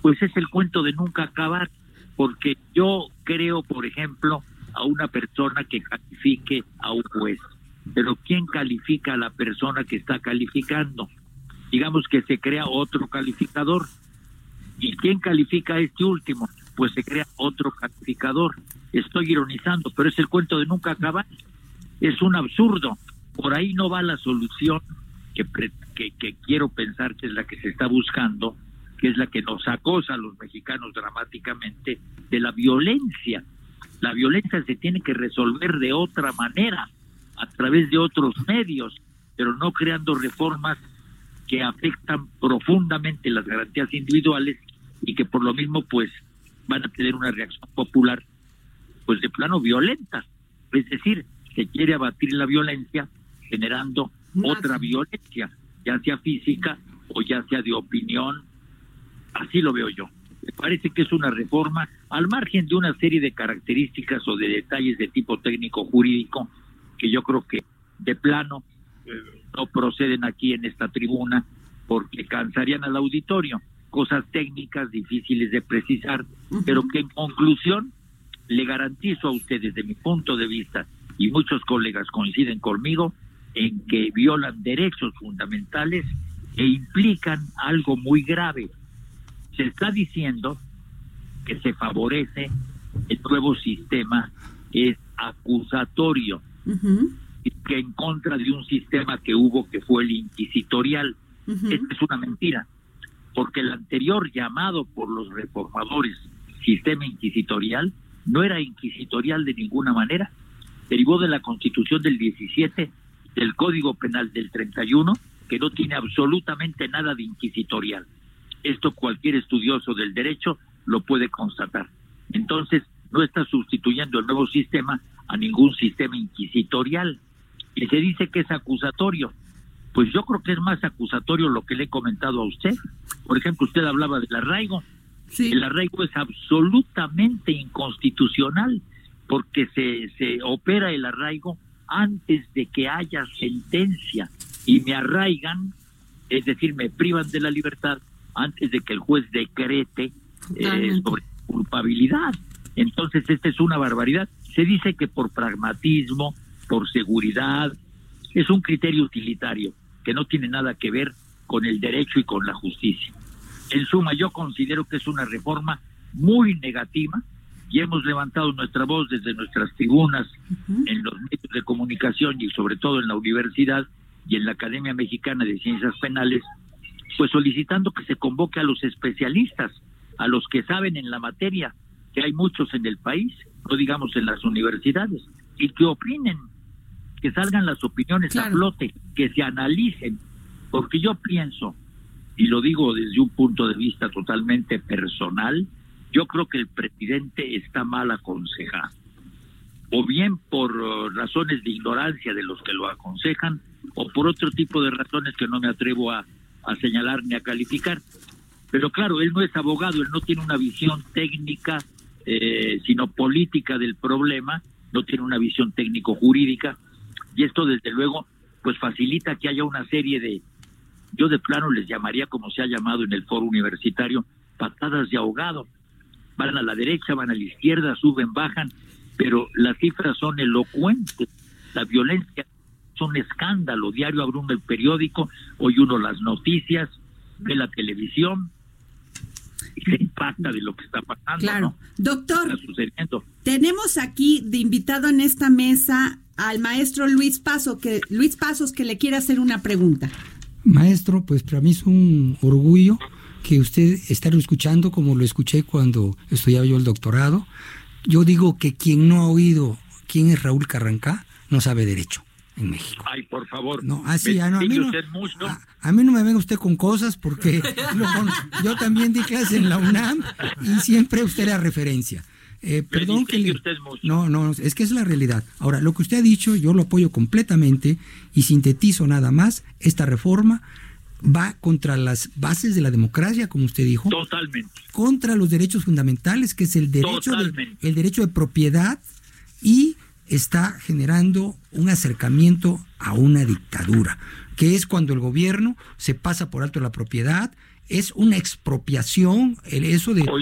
pues es el cuento de nunca acabar, porque yo creo, por ejemplo, a una persona que califique a un juez, pero ¿quién califica a la persona que está calificando? Digamos que se crea otro calificador. ¿Y quién califica a este último? Pues se crea otro calificador. Estoy ironizando, pero es el cuento de nunca acabar. Es un absurdo. Por ahí no va la solución que quiero pensar que es la que se está buscando, que es la que nos acosa a los mexicanos dramáticamente, de la violencia. La violencia se tiene que resolver de otra manera, a través de otros medios, pero no creando reformas que afectan profundamente las garantías individuales y que por lo mismo pues van a tener una reacción popular pues de plano violenta. Es decir, se quiere abatir la violencia generando otra violencia, ya sea física o ya sea de opinión. Así lo veo yo. Me parece que es una reforma al margen de una serie de características o de detalles de tipo técnico jurídico que yo creo que de plano no proceden aquí en esta tribuna porque cansarían al auditorio. Cosas técnicas difíciles de precisar, pero que en conclusión le garantizo a usted desde mi punto de vista, y muchos colegas coinciden conmigo, en que violan derechos fundamentales e implican algo muy grave. Se está diciendo que se favorece el nuevo sistema es acusatorio, y que en contra de un sistema que hubo que fue el inquisitorial. Esta es una mentira, porque el anterior, llamado por los reformadores sistema inquisitorial, no era inquisitorial de ninguna manera. Derivó de la Constitución del 17, del Código Penal del 31, que no tiene absolutamente nada de inquisitorial. Esto cualquier estudioso del derecho lo puede constatar. Entonces, no está sustituyendo el nuevo sistema a ningún sistema inquisitorial. Y se dice que es acusatorio. Pues yo creo que es más acusatorio lo que le he comentado a usted. Por ejemplo, usted hablaba del arraigo. Sí. El arraigo es absolutamente inconstitucional porque se opera el arraigo antes de que haya sentencia y me arraigan, es decir, me privan de la libertad antes de que el juez decrete sobre culpabilidad. Entonces, esta es una barbaridad. Se dice que por pragmatismo, por seguridad, es un criterio utilitario que no tiene nada que ver con el derecho y con la justicia. En suma, yo considero que es una reforma muy negativa y hemos levantado nuestra voz desde nuestras tribunas en los medios de comunicación y sobre todo en la universidad y en la Academia Mexicana de Ciencias Penales, pues solicitando que se convoque a los especialistas, a los que saben en la materia, que hay muchos en el país, no digamos en las universidades, y que opinen, que salgan las opiniones a flote, que se analicen, porque yo pienso, y lo digo desde un punto de vista totalmente personal, yo creo que el presidente está mal aconsejado, o bien por razones de ignorancia de los que lo aconsejan, o por otro tipo de razones que no me atrevo a señalar ni a calificar. Pero claro, él no es abogado, él no tiene una visión técnica, sino política del problema, no tiene una visión técnico-jurídica, y esto desde luego pues facilita que haya una serie de, yo de plano les llamaría, como se ha llamado en el foro universitario, patadas de ahogado. Van a la derecha, van a la izquierda, suben, bajan, pero las cifras son elocuentes. La violencia es un escándalo. Diario abre uno el periódico, oye uno las noticias, ve la televisión y se impacta de lo que está pasando. Claro. ¿No? Doctor, está sucediendo. Tenemos aquí de invitado en esta mesa al maestro Luis Pasos, que le quiere hacer una pregunta. Maestro, pues para mí es un orgullo que usted estarlo escuchando como lo escuché cuando estudiaba yo el doctorado. Yo digo que quien no ha oído quién es Raúl Carrancá no sabe derecho en México. Ay, por favor. No, así, a mí no me venga usted con cosas porque yo también di clase en la UNAM y siempre usted era referencia. Perdón que no, es que es la realidad. Ahora, lo que usted ha dicho, yo lo apoyo completamente y sintetizo nada más. Esta reforma va contra las bases de la democracia, como usted dijo. Totalmente. Contra los derechos fundamentales, que es el derecho de propiedad, y está generando un acercamiento a una dictadura, que es cuando el gobierno se pasa por alto la propiedad, es una expropiación eso de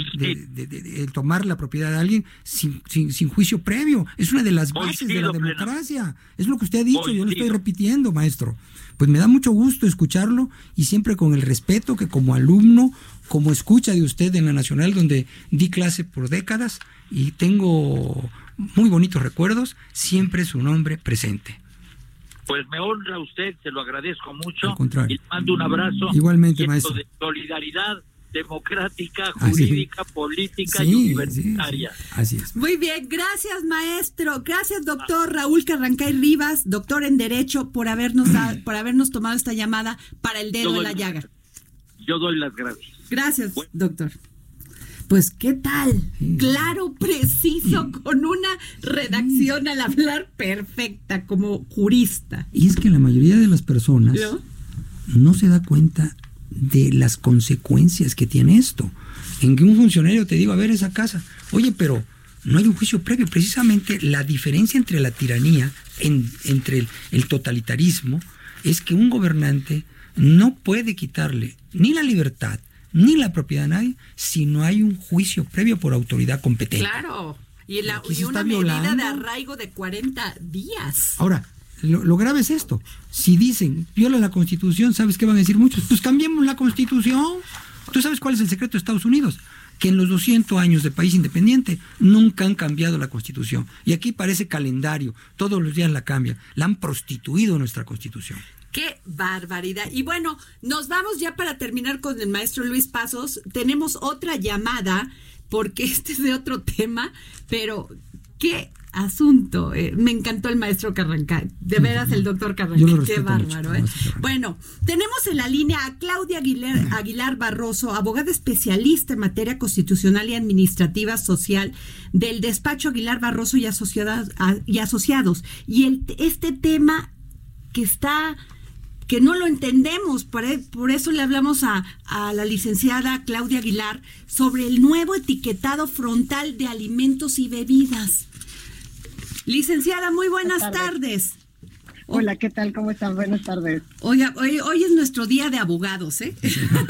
tomar la propiedad de alguien sin juicio previo. Es una de las bases de la democracia. Es lo que usted ha dicho, yo lo estoy repitiendo, maestro. Pues me da mucho gusto escucharlo y siempre con el respeto que como alumno, como escucha de usted en la Nacional, donde di clase por décadas y tengo muy bonitos recuerdos, siempre su nombre presente. Pues me honra usted, se lo agradezco mucho. Al contrario. Y le mando un abrazo. Igualmente, maestro. De solidaridad democrática, jurídica, política y universitaria. Sí, así es. Muy bien, gracias maestro, gracias doctor Raúl Carrancay Rivas, doctor en Derecho, por habernos tomado esta llamada para el dedo en la llaga. Yo doy las gracias. Gracias, doctor. Pues, ¿qué tal? Claro, preciso, con una redacción al hablar perfecta, como jurista. Y es que la mayoría de las personas no se da cuenta de las consecuencias que tiene esto. En que un funcionario te diga, a ver, esa casa, oye, pero no hay un juicio previo. Precisamente la diferencia entre la tiranía, entre el totalitarismo, es que un gobernante no puede quitarle ni la libertad ni la propiedad a nadie si no hay un juicio previo por autoridad competente. Claro, y una medida de arraigo de 40 días. Ahora, lo grave es esto. Si dicen, viola la Constitución, ¿sabes qué van a decir muchos? Pues cambiemos la Constitución. ¿Tú sabes cuál es el secreto de Estados Unidos? Que en los 200 años de país independiente nunca han cambiado la Constitución. Y aquí parece calendario, todos los días la cambian. La han prostituido nuestra Constitución. ¡Qué barbaridad! Y bueno, nos vamos ya para terminar con el maestro Luis Pasos. Tenemos otra llamada, porque este es de otro tema, pero qué asunto. Me encantó el maestro Carrancay. De veras, el doctor Carrancay. Qué bárbaro, ¿eh? Bueno, tenemos en la línea a Claudia Aguilar Barroso, abogada especialista en materia constitucional y administrativa social del despacho Aguilar Barroso y Asociados. Y este tema que no lo entendemos, por eso le hablamos a la licenciada Claudia Aguilar sobre el nuevo etiquetado frontal de alimentos y bebidas. Licenciada, muy buenas tardes. Hola, ¿qué tal? ¿Cómo están? Buenas tardes. Oiga, hoy es nuestro día de abogados, ¿eh?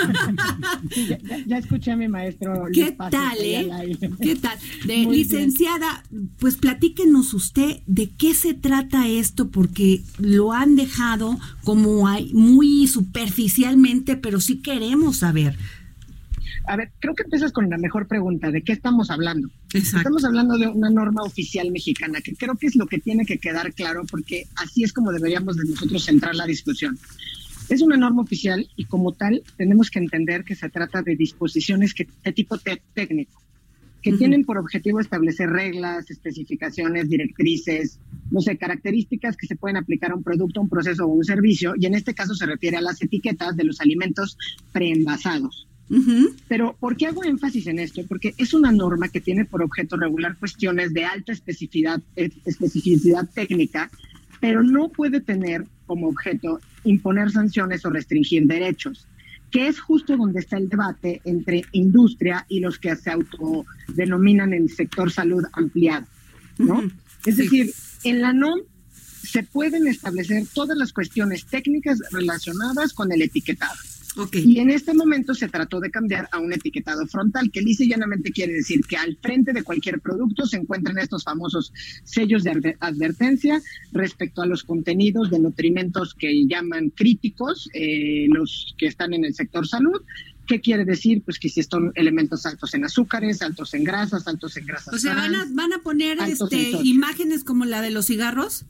ya escuché a mi maestro. ¿Qué tal, ¿Qué tal? Licenciada, pues platíquenos usted de qué se trata esto, porque lo han dejado como muy superficialmente, pero sí queremos saber. A ver, creo que empiezas con la mejor pregunta, ¿de qué estamos hablando? Exacto. Estamos hablando de una norma oficial mexicana, que creo que es lo que tiene que quedar claro, porque así es como deberíamos de nosotros centrar la discusión. Es una norma oficial y como tal tenemos que entender que se trata de disposiciones de tipo técnico, que tienen por objetivo establecer reglas, especificaciones, directrices, características que se pueden aplicar a un producto, un proceso o un servicio, y en este caso se refiere a las etiquetas de los alimentos preenvasados. Pero ¿por qué hago énfasis en esto? Porque es una norma que tiene por objeto regular cuestiones de alta especificidad técnica, pero no puede tener como objeto imponer sanciones o restringir derechos, que es justo donde está el debate entre industria y los que se autodenominan el sector salud ampliado, ¿no? Es decir, en la NOM se pueden establecer todas las cuestiones técnicas relacionadas con el etiquetado. Okay. Y en este momento se trató de cambiar a un etiquetado frontal, que lisa y llanamente quiere decir que al frente de cualquier producto se encuentran estos famosos sellos de advertencia respecto a los contenidos de nutrimentos que llaman críticos, los que están en el sector salud. ¿Qué quiere decir? Pues que si son elementos altos en azúcares, altos en grasas O sea, van a poner imágenes como la de los cigarros.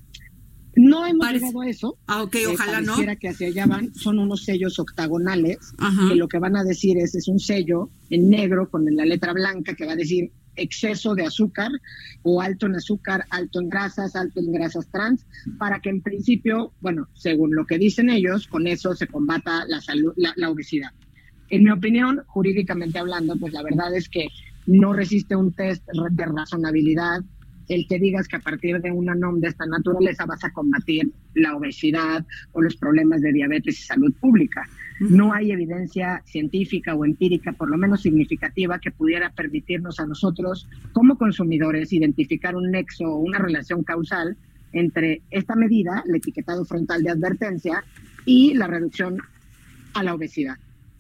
No hemos llegado a eso. Ojalá no. Pareciera que hacia allá van. Son unos sellos octagonales. Que lo que van a decir es un sello en negro con la letra blanca que va a decir exceso de azúcar o alto en azúcar, alto en grasas trans, para que en principio, según lo que dicen ellos, con eso se combata la obesidad. En mi opinión, jurídicamente hablando, pues la verdad es que no resiste un test de razonabilidad el que digas que a partir de una NOM de esta naturaleza vas a combatir la obesidad o los problemas de diabetes y salud pública. No hay evidencia científica o empírica, por lo menos significativa, que pudiera permitirnos a nosotros, como consumidores, identificar un nexo o una relación causal entre esta medida, el etiquetado frontal de advertencia, y la reducción a la obesidad.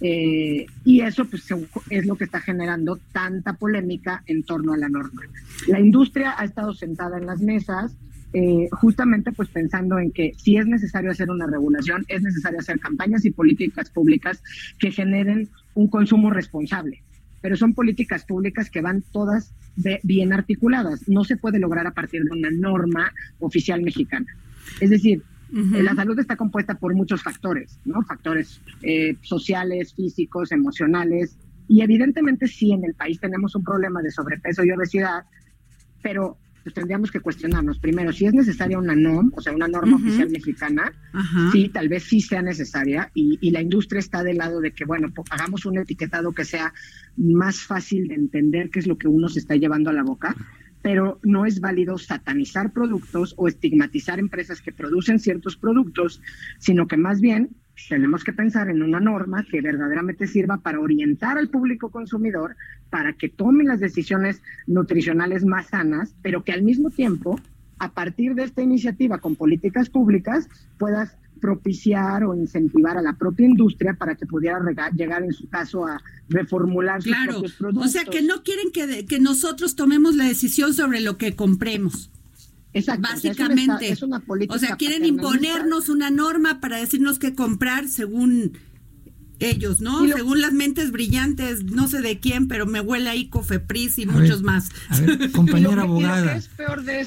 Y eso pues es lo que está generando tanta polémica en torno a la norma. La industria ha estado sentada en las mesas, justamente pues pensando en que si es necesario hacer una regulación, es necesario hacer campañas y políticas públicas que generen un consumo responsable, pero son políticas públicas que van todas bien articuladas. No se puede lograr a partir de una norma oficial mexicana. Es decir, la salud está compuesta por muchos factores, ¿no? Factores sociales, físicos, emocionales, y evidentemente sí en el país tenemos un problema de sobrepeso y obesidad, pero pues tendríamos que cuestionarnos primero si es necesaria una NOM, o sea, una norma oficial mexicana. Sí, tal vez sí sea necesaria, y la industria está del lado de que, bueno, pues, hagamos un etiquetado que sea más fácil de entender qué es lo que uno se está llevando a la boca, pero no es válido satanizar productos o estigmatizar empresas que producen ciertos productos, sino que más bien tenemos que pensar en una norma que verdaderamente sirva para orientar al público consumidor para que tome las decisiones nutricionales más sanas, pero que al mismo tiempo, a partir de esta iniciativa con políticas públicas, puedas propiciar o incentivar a la propia industria para que pudiera llegar en su caso a reformular sus propios productos. O sea, que no quieren que nosotros tomemos la decisión sobre lo que compremos. Exacto. Básicamente. Es una política, o sea, quieren imponernos una norma para decirnos qué comprar según ellos, ¿no? Según las mentes brillantes, no sé de quién, pero me huele ahí Cofepris y muchos más. A ver, compañera abogada. Lo que es peor de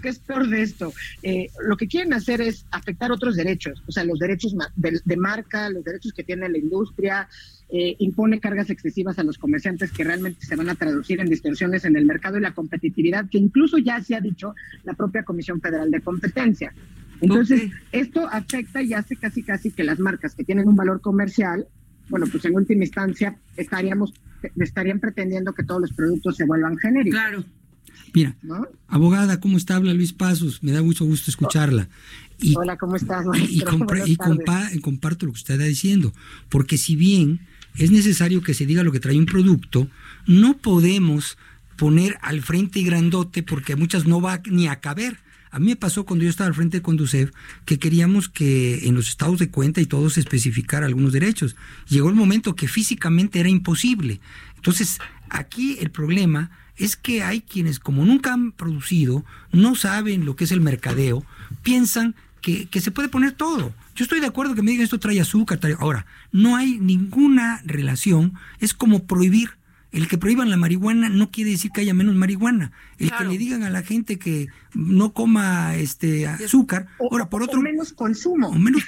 esto, lo que quieren hacer es afectar otros derechos, o sea, los derechos de marca, los derechos que tiene la industria, impone cargas excesivas a los comerciantes que realmente se van a traducir en distorsiones en el mercado y la competitividad, que incluso ya se ha dicho la propia Comisión Federal de Competencia. Entonces, esto afecta y hace casi que las marcas que tienen un valor comercial, bueno, pues en última instancia estarían pretendiendo que todos los productos se vuelvan genéricos. Claro. Mira, ¿no? Abogada, ¿cómo está? Habla Luis Pasos, me da mucho gusto escucharla. Hola, ¿cómo estás, maestro? Comparto lo que usted está diciendo, porque si bien es necesario que se diga lo que trae un producto, no podemos poner al frente y grandote porque a muchas no va ni a caber. A mí me pasó cuando yo estaba al frente de Conducef que queríamos que en los estados de cuenta y todo se especificara algunos derechos. Llegó el momento que físicamente era imposible. Entonces, aquí el problema es que hay quienes, como nunca han producido, no saben lo que es el mercadeo, piensan que se puede poner todo. Yo estoy de acuerdo que me digan esto trae azúcar, ahora, no hay ninguna relación, es como prohibir. El que prohíban la marihuana no quiere decir que haya menos marihuana. El que le digan a la gente que no coma azúcar, ahora por otro... O menos consumo.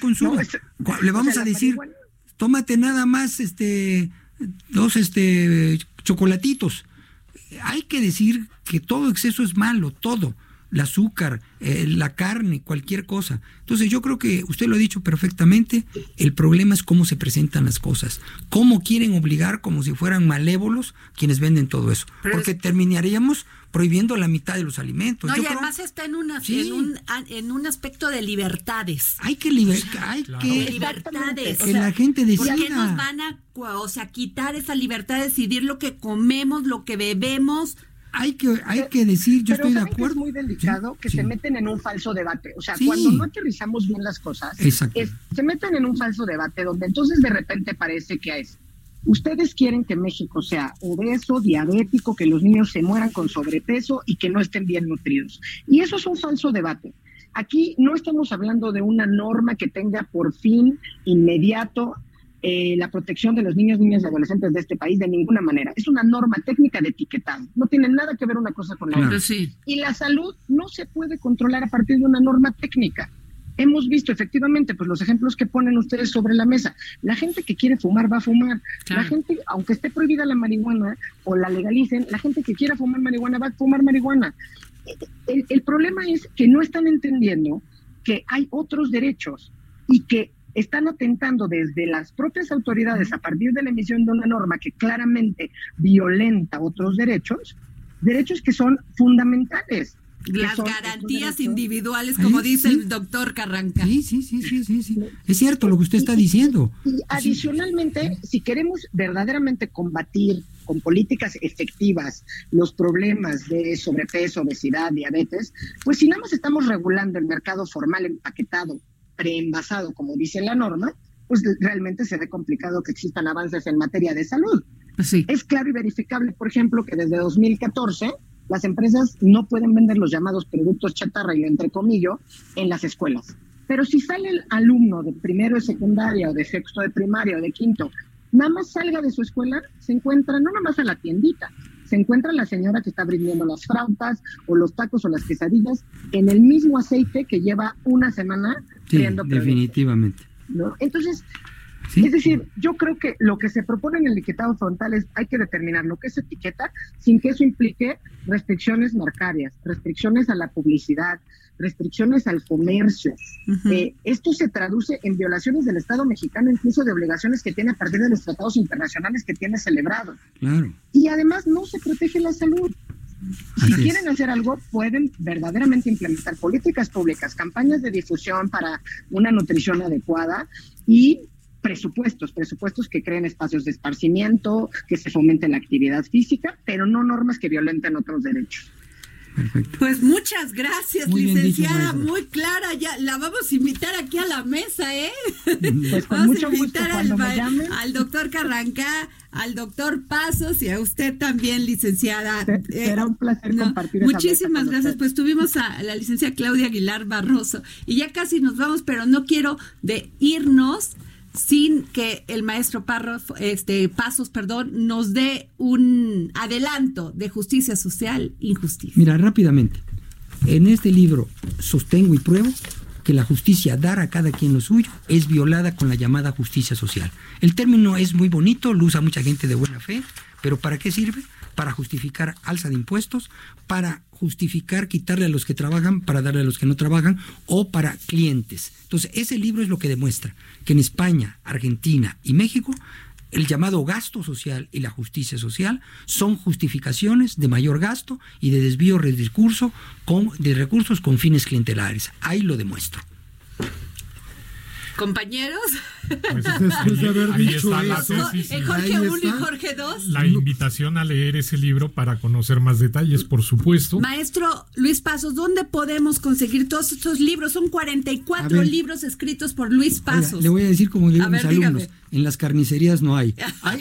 No, le vamos a decir, marihuana, tómate nada más 2 chocolatitos. Hay que decir que todo exceso es malo, todo. El azúcar, la carne, cualquier cosa. Entonces yo creo que usted lo ha dicho perfectamente, el problema es cómo se presentan las cosas, cómo quieren obligar como si fueran malévolos quienes venden todo eso, porque terminaríamos prohibiendo la mitad de los alimentos. No, y además está en un aspecto de libertades. Hay que libertades. Que la gente decida. ¿Por qué nos van a quitar esa libertad de decidir lo que comemos, lo que bebemos? Hay que decir, yo estoy de acuerdo. Es muy delicado que se meten en un falso debate. O sea, cuando no aterrizamos bien las cosas, se meten en un falso debate donde entonces de repente parece que es, ustedes quieren que México sea obeso, diabético, que los niños se mueran con sobrepeso y que no estén bien nutridos. Y eso es un falso debate. Aquí no estamos hablando de una norma que tenga por fin inmediato la protección de los niños, niñas y adolescentes de este país de ninguna manera. Es una norma técnica de etiquetado. No tiene nada que ver una cosa con la otra. Sí. Y la salud no se puede controlar a partir de una norma técnica. Hemos visto efectivamente pues los ejemplos que ponen ustedes sobre la mesa. La gente que quiere fumar va a fumar. Claro. La gente, aunque esté prohibida la marihuana o la legalicen, la gente que quiera fumar marihuana va a fumar marihuana. El problema es que no están entendiendo que hay otros derechos y que están atentando desde las propias autoridades a partir de la emisión de una norma que claramente violenta otros derechos que son fundamentales. Las garantías individuales, como dice el doctor Carranca. Sí. Es cierto lo que usted está diciendo. Y adicionalmente, si queremos verdaderamente combatir con políticas efectivas los problemas de sobrepeso, obesidad, diabetes, pues si nada más estamos regulando el mercado formal empaquetado, preenvasado, como dice la norma, pues realmente se ve complicado que existan avances en materia de salud. Sí. Es claro y verificable, por ejemplo, que desde 2014 las empresas no pueden vender los llamados productos chatarra, y lo entrecomillo, en las escuelas. Pero si sale el alumno de primero de secundaria, o de sexto de primaria, o de quinto, nada más salga de su escuela, se encuentra no nada más a la tiendita, se encuentra la señora que está vendiendo las flautas, o los tacos, o las quesadillas, en el mismo aceite que lleva una semana creando productos, definitivamente. ¿no? Entonces, ¿sí? Es decir, yo creo que lo que se propone en el etiquetado frontal es, hay que determinar lo que es etiqueta sin que eso implique restricciones marcarias, restricciones a la publicidad, restricciones al comercio. Esto se traduce en violaciones del Estado mexicano, incluso de obligaciones que tiene a partir de los tratados internacionales que tiene celebrados. Claro. Y además no se protege la salud. Si Así quieren hacer algo, pueden verdaderamente implementar políticas públicas, campañas de difusión para una nutrición adecuada y presupuestos que creen espacios de esparcimiento, que se fomente la actividad física, pero no normas que violenten otros derechos. Perfecto. Pues muchas gracias, Muy bien licenciada, dicho, muy clara. Ya la vamos a invitar aquí a la mesa, ¿eh? Pues con vamos mucho a invitar gusto, cuando me llamen. al doctor Carrancá, al doctor Pasos y a usted también, licenciada. Será un placer compartir esa Muchísimas mesa con gracias. usted. Pues tuvimos a la licenciada Claudia Aguilar Barroso y ya casi nos vamos, pero no quiero de irnos sin que el maestro Pasos, nos dé un adelanto de justicia social, injusticia. Mira, rápidamente, en este libro sostengo y pruebo que la justicia, dar a cada quien lo suyo, es violada con la llamada justicia social. El término es muy bonito, lo usa mucha gente de buena fe, pero ¿para qué sirve? Para justificar alza de impuestos, para justificar quitarle a los que trabajan para darle a los que no trabajan, o para clientes. Entonces, ese libro es lo que demuestra que en España, Argentina y México, el llamado gasto social y la justicia social son justificaciones de mayor gasto y de desvío de recursos con fines clientelares. Ahí lo demuestro. Compañeros, Pues después de haber dicho Jorge 1 y Jorge 2. La invitación a leer ese libro para conocer más detalles, por supuesto. Maestro Luis Pasos, ¿dónde podemos conseguir todos estos libros? Son 44 libros escritos por Luis Pasos. Oiga, le voy a decir como digo a mis alumnos, dígame. en las carnicerías no hay.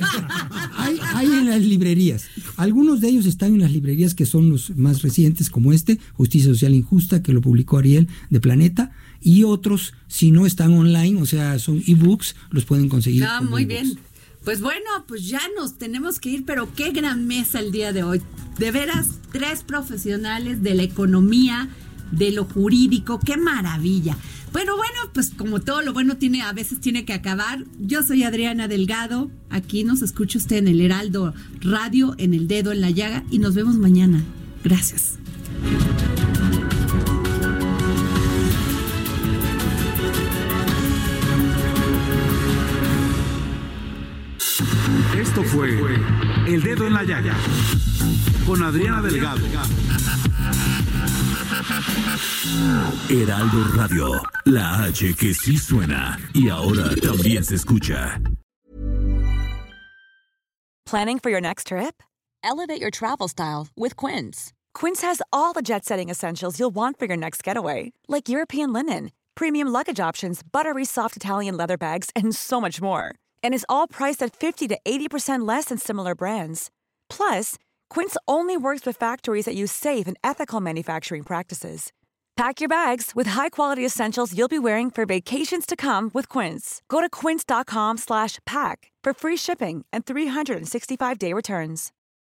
Hay en las librerías. Algunos de ellos están en las librerías que son los más recientes, como Justicia Social Injusta, que lo publicó Ariel de Planeta, y otros, si no están online, o sea, son ebooks, los pueden conseguir. Ah, muy bien. Pues bueno, pues ya nos tenemos que ir, pero qué gran mesa el día de hoy. De veras, 3 profesionales de la economía, de lo jurídico, qué maravilla. Bueno, pues como todo lo bueno a veces tiene que acabar. Yo soy Adriana Delgado, aquí nos escucha usted en el Heraldo Radio, en El Dedo en la Llaga, y nos vemos mañana. Gracias. Esto fue El Dedo en la Llaga con Adriana Delgado. Heraldo Radio, la H que sí suena y ahora también se escucha. Planning for your next trip? Elevate your travel style with Quince. Quince has all the jet-setting essentials you'll want for your next getaway, like European linen, premium luggage options, buttery soft Italian leather bags, and so much more. And is all priced at 50 to 80% less than similar brands. Plus, Quince only works with factories that use safe and ethical manufacturing practices. Pack your bags with high-quality essentials you'll be wearing for vacations to come with Quince. Go to quince.com/pack for free shipping and 365-day returns.